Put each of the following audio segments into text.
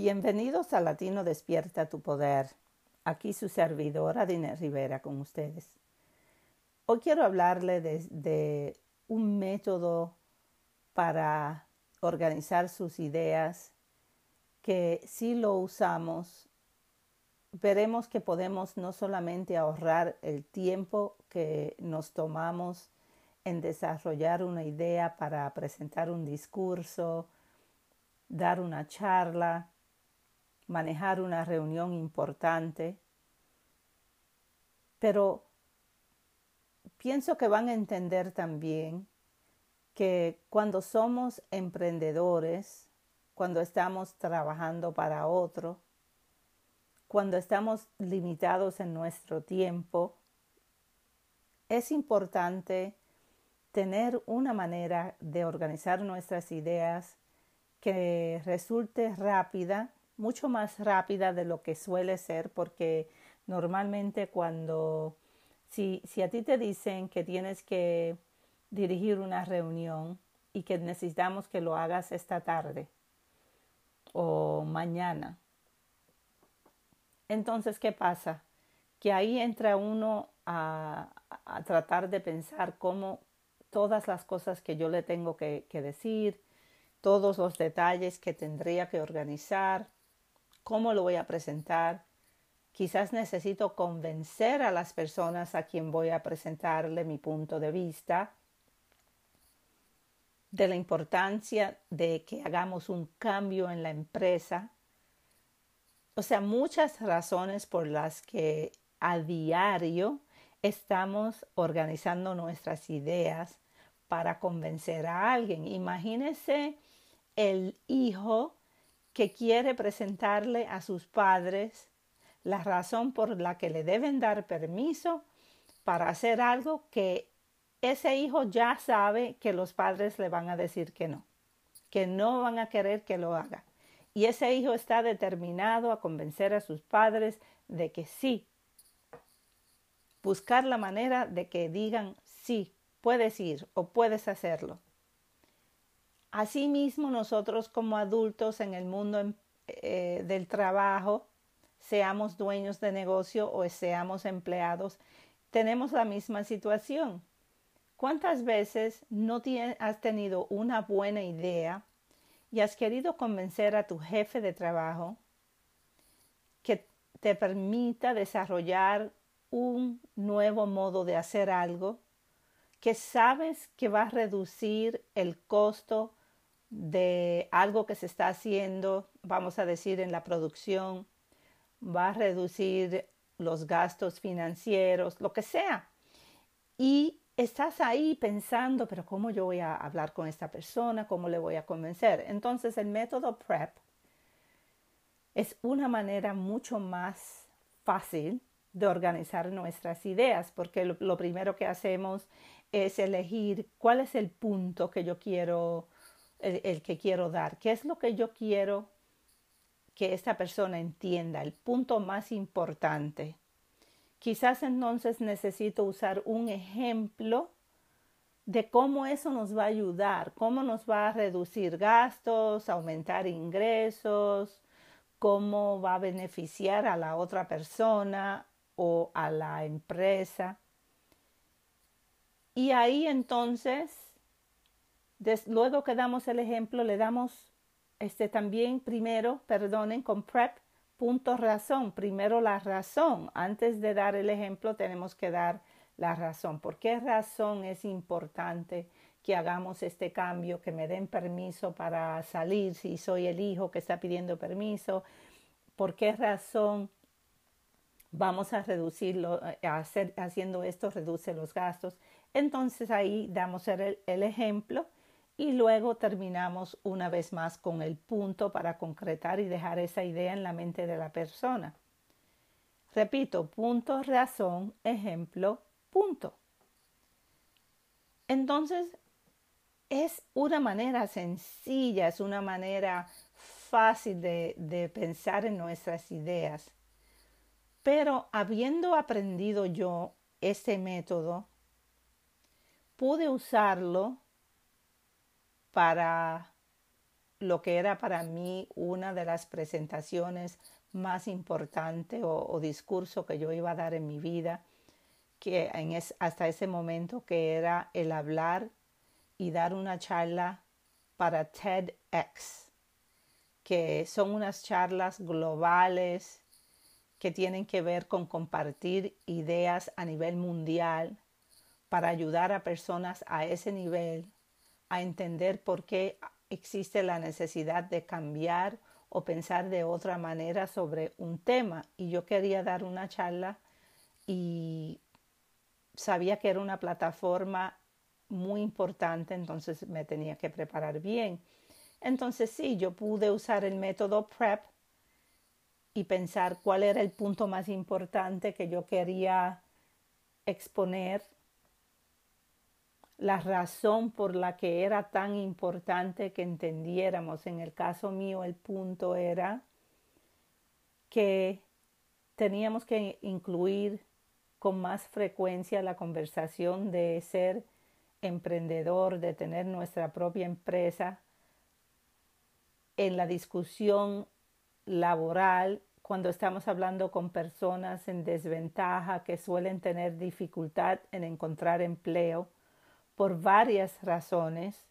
Bienvenidos a Latino Despierta tu Poder. Aquí su servidora Dina Rivera con ustedes. Hoy quiero hablarle de un método para organizar sus ideas que si lo usamos, veremos que podemos no solamente ahorrar el tiempo que nos tomamos en desarrollar una idea para presentar un discurso, dar una charla, manejar una reunión importante, pero pienso que van a entender también que cuando somos emprendedores, cuando estamos trabajando para otro, cuando estamos limitados en nuestro tiempo, es importante tener una manera de organizar nuestras ideas que resulte rápida, mucho más rápida de lo que suele ser, porque normalmente si a ti te dicen que tienes que dirigir una reunión y que necesitamos que lo hagas esta tarde o mañana, entonces, ¿qué pasa? Que ahí entra uno a tratar de pensar cómo todas las cosas que yo le tengo que decir, todos los detalles que tendría que organizar, cómo lo voy a presentar. Quizás necesito convencer a las personas a quien voy a presentarle mi punto de vista de la importancia de que hagamos un cambio en la empresa. O sea, muchas razones por las que a diario estamos organizando nuestras ideas para convencer a alguien. Imagínese el hijo que quiere presentarle a sus padres la razón por la que le deben dar permiso para hacer algo que ese hijo ya sabe que los padres le van a decir que no van a querer que lo haga. Y ese hijo está determinado a convencer a sus padres de que sí, buscar la manera de que digan sí, puedes ir o puedes hacerlo. Asimismo, nosotros como adultos en el mundo del trabajo, seamos dueños de negocio o seamos empleados, tenemos la misma situación. ¿Cuántas veces no has tenido una buena idea y has querido convencer a tu jefe de trabajo que te permita desarrollar un nuevo modo de hacer algo, que sabes que va a reducir el costo de algo que se está haciendo, vamos a decir, en la producción, va a reducir los gastos financieros, lo que sea? Y estás ahí pensando, pero ¿cómo yo voy a hablar con esta persona? ¿Cómo le voy a convencer? Entonces el método PREP es una manera mucho más fácil de organizar nuestras ideas, porque lo primero que hacemos es elegir cuál es el punto que yo quiero, el que quiero dar, qué es lo que yo quiero que esta persona entienda, el punto más importante. Quizás entonces necesito usar un ejemplo de cómo eso nos va a ayudar, cómo nos va a reducir gastos, aumentar ingresos, cómo va a beneficiar a la otra persona o a la empresa. Y ahí entonces, luego que damos el ejemplo, le damos también primero, con PREP, punto razón. Primero la razón. Antes de dar el ejemplo tenemos que dar la razón. ¿Por qué razón es importante que hagamos este cambio, que me den permiso para salir si soy el hijo que está pidiendo permiso? ¿Por qué razón vamos a reducirlo, haciendo esto reduce los gastos? Entonces ahí damos el ejemplo y luego terminamos una vez más con el punto para concretar y dejar esa idea en la mente de la persona. Repito, punto, razón, ejemplo, punto. Entonces, es una manera sencilla, es una manera fácil de pensar en nuestras ideas. Pero habiendo aprendido yo este método, pude usarlo para lo que era para mí una de las presentaciones más importantes o discurso que yo iba a dar en mi vida, que hasta ese momento, que era el hablar y dar una charla para TEDx, que son unas charlas globales que tienen que ver con compartir ideas a nivel mundial para ayudar a personas a ese nivel a entender por qué existe la necesidad de cambiar o pensar de otra manera sobre un tema. Y yo quería dar una charla y sabía que era una plataforma muy importante, entonces me tenía que preparar bien. Entonces sí, yo pude usar el método PrEP y pensar cuál era el punto más importante que yo quería exponer, la razón por la que era tan importante que entendiéramos. En el caso mío, el punto era que teníamos que incluir con más frecuencia la conversación de ser emprendedor, de tener nuestra propia empresa en la discusión laboral, cuando estamos hablando con personas en desventaja que suelen tener dificultad en encontrar empleo por varias razones,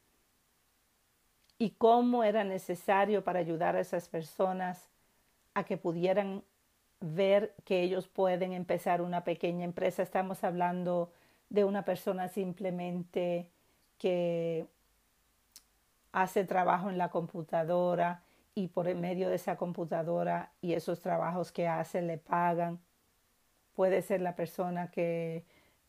y cómo era necesario para ayudar a esas personas a que pudieran ver que ellos pueden empezar una pequeña empresa. Estamos hablando de una persona simplemente que hace trabajo en la computadora y por medio de esa computadora y esos trabajos que hace le pagan. Puede ser la persona que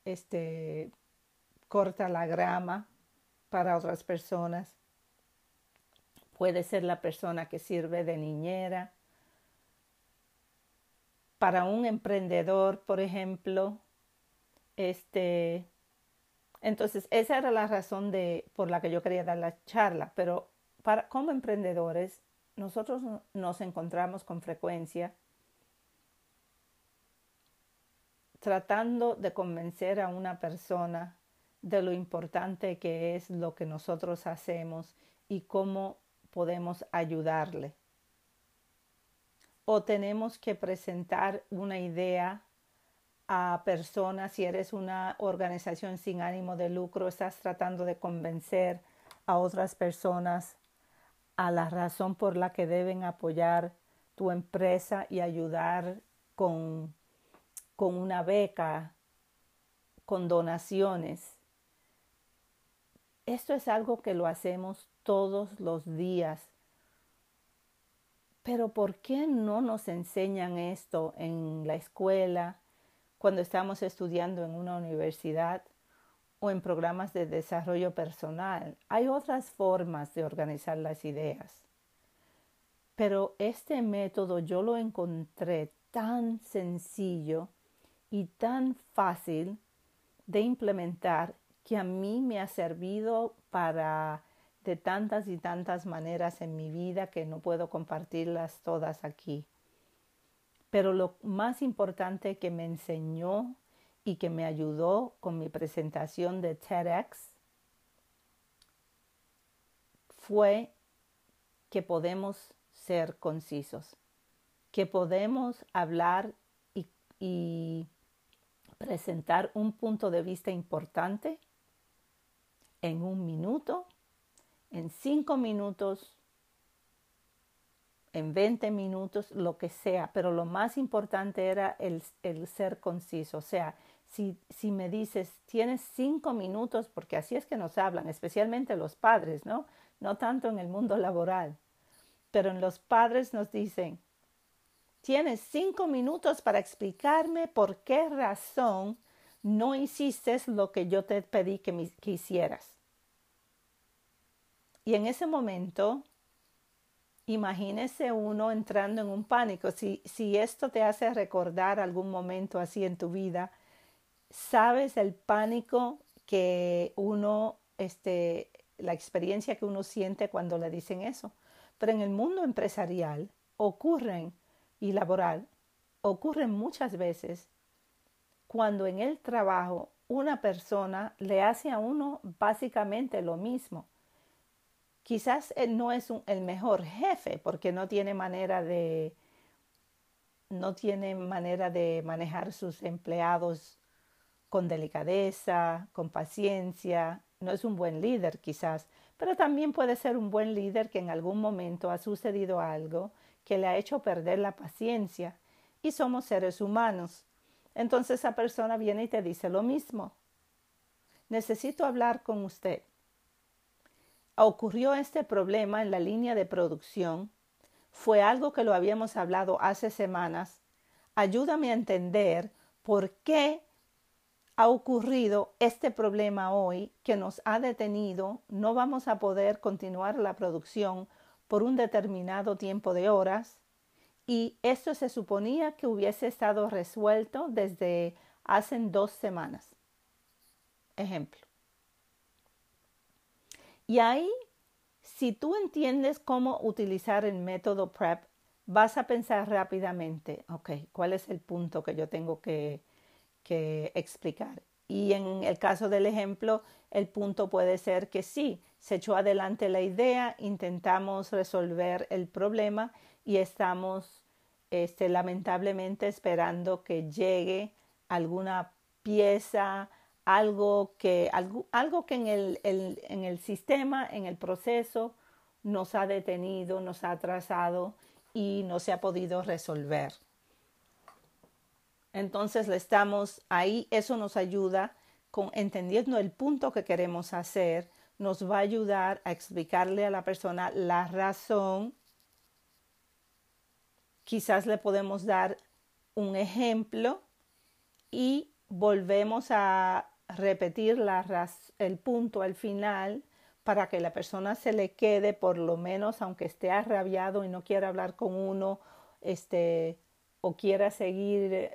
corta la grama para otras personas. Puede ser la persona que sirve de niñera. Para un emprendedor, por ejemplo, entonces esa era la razón por la que yo quería dar la charla. Pero como emprendedores, nosotros nos encontramos con frecuencia tratando de convencer a una persona de lo importante que es lo que nosotros hacemos y cómo podemos ayudarle. O tenemos que presentar una idea a personas. Si eres una organización sin ánimo de lucro, estás tratando de convencer a otras personas a la razón por la que deben apoyar tu empresa y ayudar con una beca, con donaciones. Esto es algo que lo hacemos todos los días. Pero ¿por qué no nos enseñan esto en la escuela, cuando estamos estudiando en una universidad o en programas de desarrollo personal? Hay otras formas de organizar las ideas. Pero este método yo lo encontré tan sencillo y tan fácil de implementar que a mí me ha servido de tantas y tantas maneras en mi vida que no puedo compartirlas todas aquí. Pero lo más importante que me enseñó y que me ayudó con mi presentación de TEDx fue que podemos ser concisos, que podemos hablar y presentar un punto de vista importante en 1 minuto, en 5 minutos, en 20 minutos, lo que sea. Pero lo más importante era el ser conciso. O sea, si me dices, tienes 5 minutos, porque así es que nos hablan, especialmente los padres, ¿no? No tanto en el mundo laboral, pero en los padres nos dicen, tienes 5 minutos para explicarme por qué razón no hiciste lo que yo te pedí que hicieras. Y en ese momento, imagínese uno entrando en un pánico. Si esto te hace recordar algún momento así en tu vida, sabes el pánico que la experiencia que uno siente cuando le dicen eso. Pero en el mundo empresarial y laboral ocurren muchas veces cuando en el trabajo una persona le hace a uno básicamente lo mismo. Quizás él no es el mejor jefe porque no tiene manera de manejar sus empleados con delicadeza, con paciencia. No es un buen líder quizás, pero también puede ser un buen líder que en algún momento ha sucedido algo que le ha hecho perder la paciencia. Y somos seres humanos. Entonces esa persona viene y te dice lo mismo. Necesito hablar con usted. Ocurrió este problema en la línea de producción. Fue algo que lo habíamos hablado hace semanas. Ayúdame a entender por qué ha ocurrido este problema hoy que nos ha detenido. No vamos a poder continuar la producción por un determinado tiempo de horas y esto se suponía que hubiese estado resuelto desde hace 2 semanas. Ejemplo. Y ahí, si tú entiendes cómo utilizar el método PREP, vas a pensar rápidamente, ok, ¿cuál es el punto que yo tengo que explicar? Y en el caso del ejemplo, el punto puede ser que sí, se echó adelante la idea, intentamos resolver el problema y estamos lamentablemente esperando que llegue alguna pieza, algo que en el sistema, en el proceso, nos ha detenido, nos ha atrasado y no se ha podido resolver. Entonces le estamos ahí, eso nos ayuda con entendiendo el punto que queremos hacer, nos va a ayudar a explicarle a la persona la razón. Quizás le podemos dar un ejemplo y volvemos a repetir el punto al final para que la persona se le quede, por lo menos aunque esté arrabiado y no quiera hablar con uno, o quiera seguir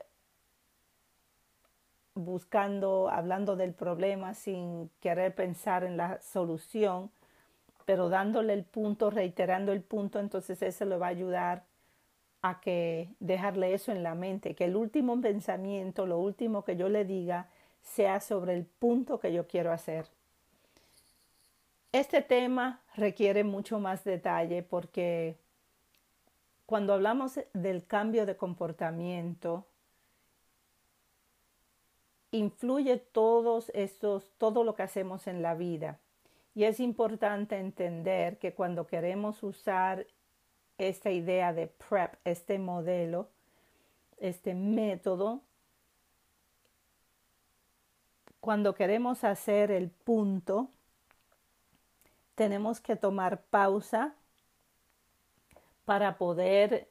hablando del problema sin querer pensar en la solución, pero dándole el punto, reiterando el punto, entonces eso le va a ayudar a que dejarle eso en la mente, que el último pensamiento, lo último que yo le diga, sea sobre el punto que yo quiero hacer. Este tema requiere mucho más detalle porque cuando hablamos del cambio de comportamiento, influye todo lo que hacemos en la vida. Y es importante entender que cuando queremos usar esta idea de PREP, este modelo, este método, cuando queremos hacer el punto, tenemos que tomar pausa para poder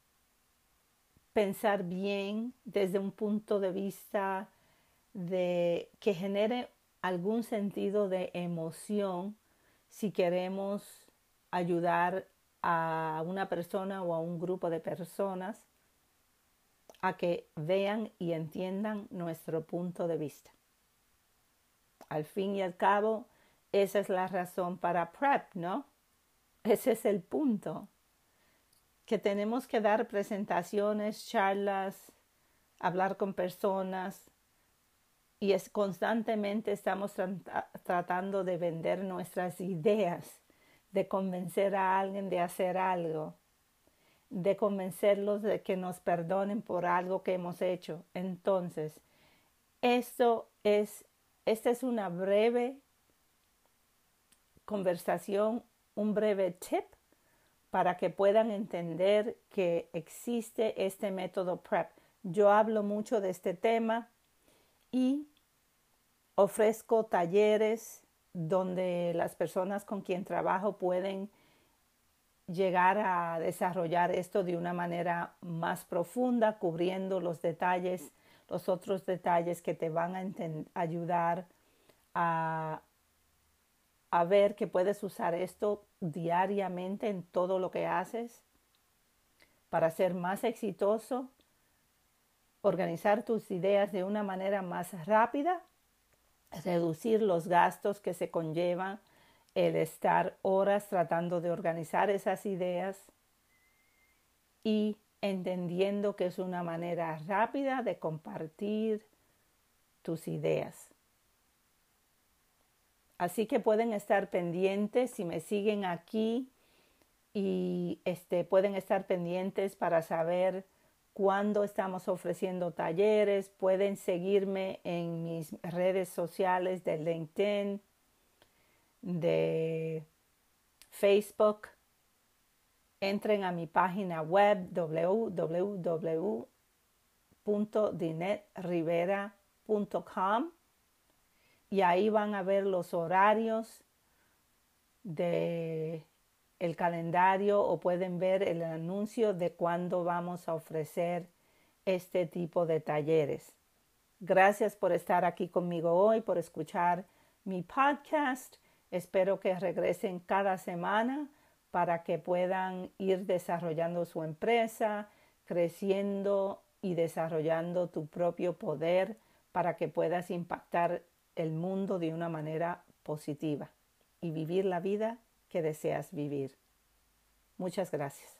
pensar bien desde un punto de vista que genere algún sentido de emoción si queremos ayudar a una persona o a un grupo de personas a que vean y entiendan nuestro punto de vista. Al fin y al cabo, esa es la razón para PREP, ¿no? Ese es el punto. Que tenemos que dar presentaciones, charlas, hablar con personas y constantemente estamos tratando de vender nuestras ideas, de convencer a alguien de hacer algo, de convencerlos de que nos perdonen por algo que hemos hecho. Entonces, esta es una breve conversación, un breve tip para que puedan entender que existe este método PREP. Yo hablo mucho de este tema y ofrezco talleres donde las personas con quien trabajo pueden llegar a desarrollar esto de una manera más profunda, cubriendo los detalles, los otros detalles que te van a ayudar a ver que puedes usar esto diariamente en todo lo que haces para ser más exitoso, organizar tus ideas de una manera más rápida, reducir los gastos que se conllevan el estar horas tratando de organizar esas ideas y entendiendo que es una manera rápida de compartir tus ideas. Así que pueden estar pendientes si me siguen aquí y pueden estar pendientes para saber cuándo estamos ofreciendo talleres. Pueden seguirme en mis redes sociales de LinkedIn, de Facebook. Entren a mi página web www.dinetrivera.com y ahí van a ver los horarios de el calendario o pueden ver el anuncio de cuándo vamos a ofrecer este tipo de talleres. Gracias por estar aquí conmigo hoy, por escuchar mi podcast. Espero que regresen cada semana para que puedan ir desarrollando su empresa, creciendo y desarrollando tu propio poder para que puedas impactar el mundo de una manera positiva y vivir la vida que deseas vivir. Muchas gracias.